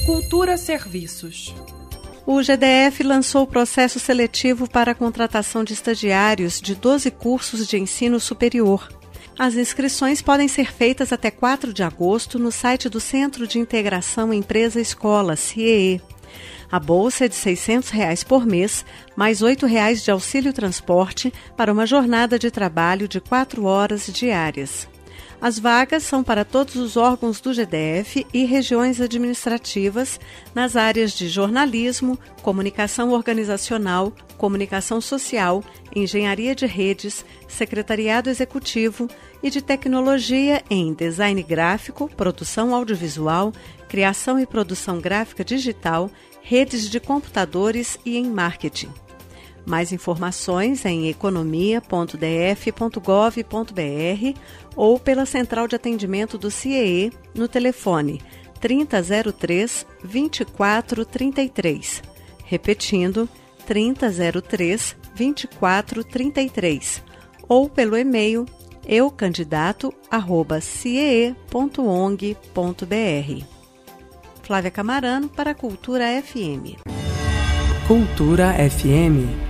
Cultura Serviços. O GDF lançou o processo seletivo para a contratação de estagiários de 12 cursos de ensino superior. As inscrições podem ser feitas até 4 de agosto no site do Centro de Integração Empresa-Escola, CIEE. A bolsa é de R$ 600 por mês, mais R$ 8 de auxílio transporte para uma jornada de trabalho de 4 horas diárias. As vagas são para todos os órgãos do GDF e regiões administrativas nas áreas de jornalismo, comunicação organizacional, comunicação social, engenharia de redes, secretariado executivo e de tecnologia em design gráfico, produção audiovisual, criação e produção gráfica digital, redes de computadores e em marketing. Mais informações em economia.df.gov.br ou pela Central de Atendimento do CIEE no telefone 3003-2433. Repetindo, 3003-2433. Ou pelo e-mail eucandidato@ciee.ong.br. Flávia Camarano para a Cultura FM. Cultura FM.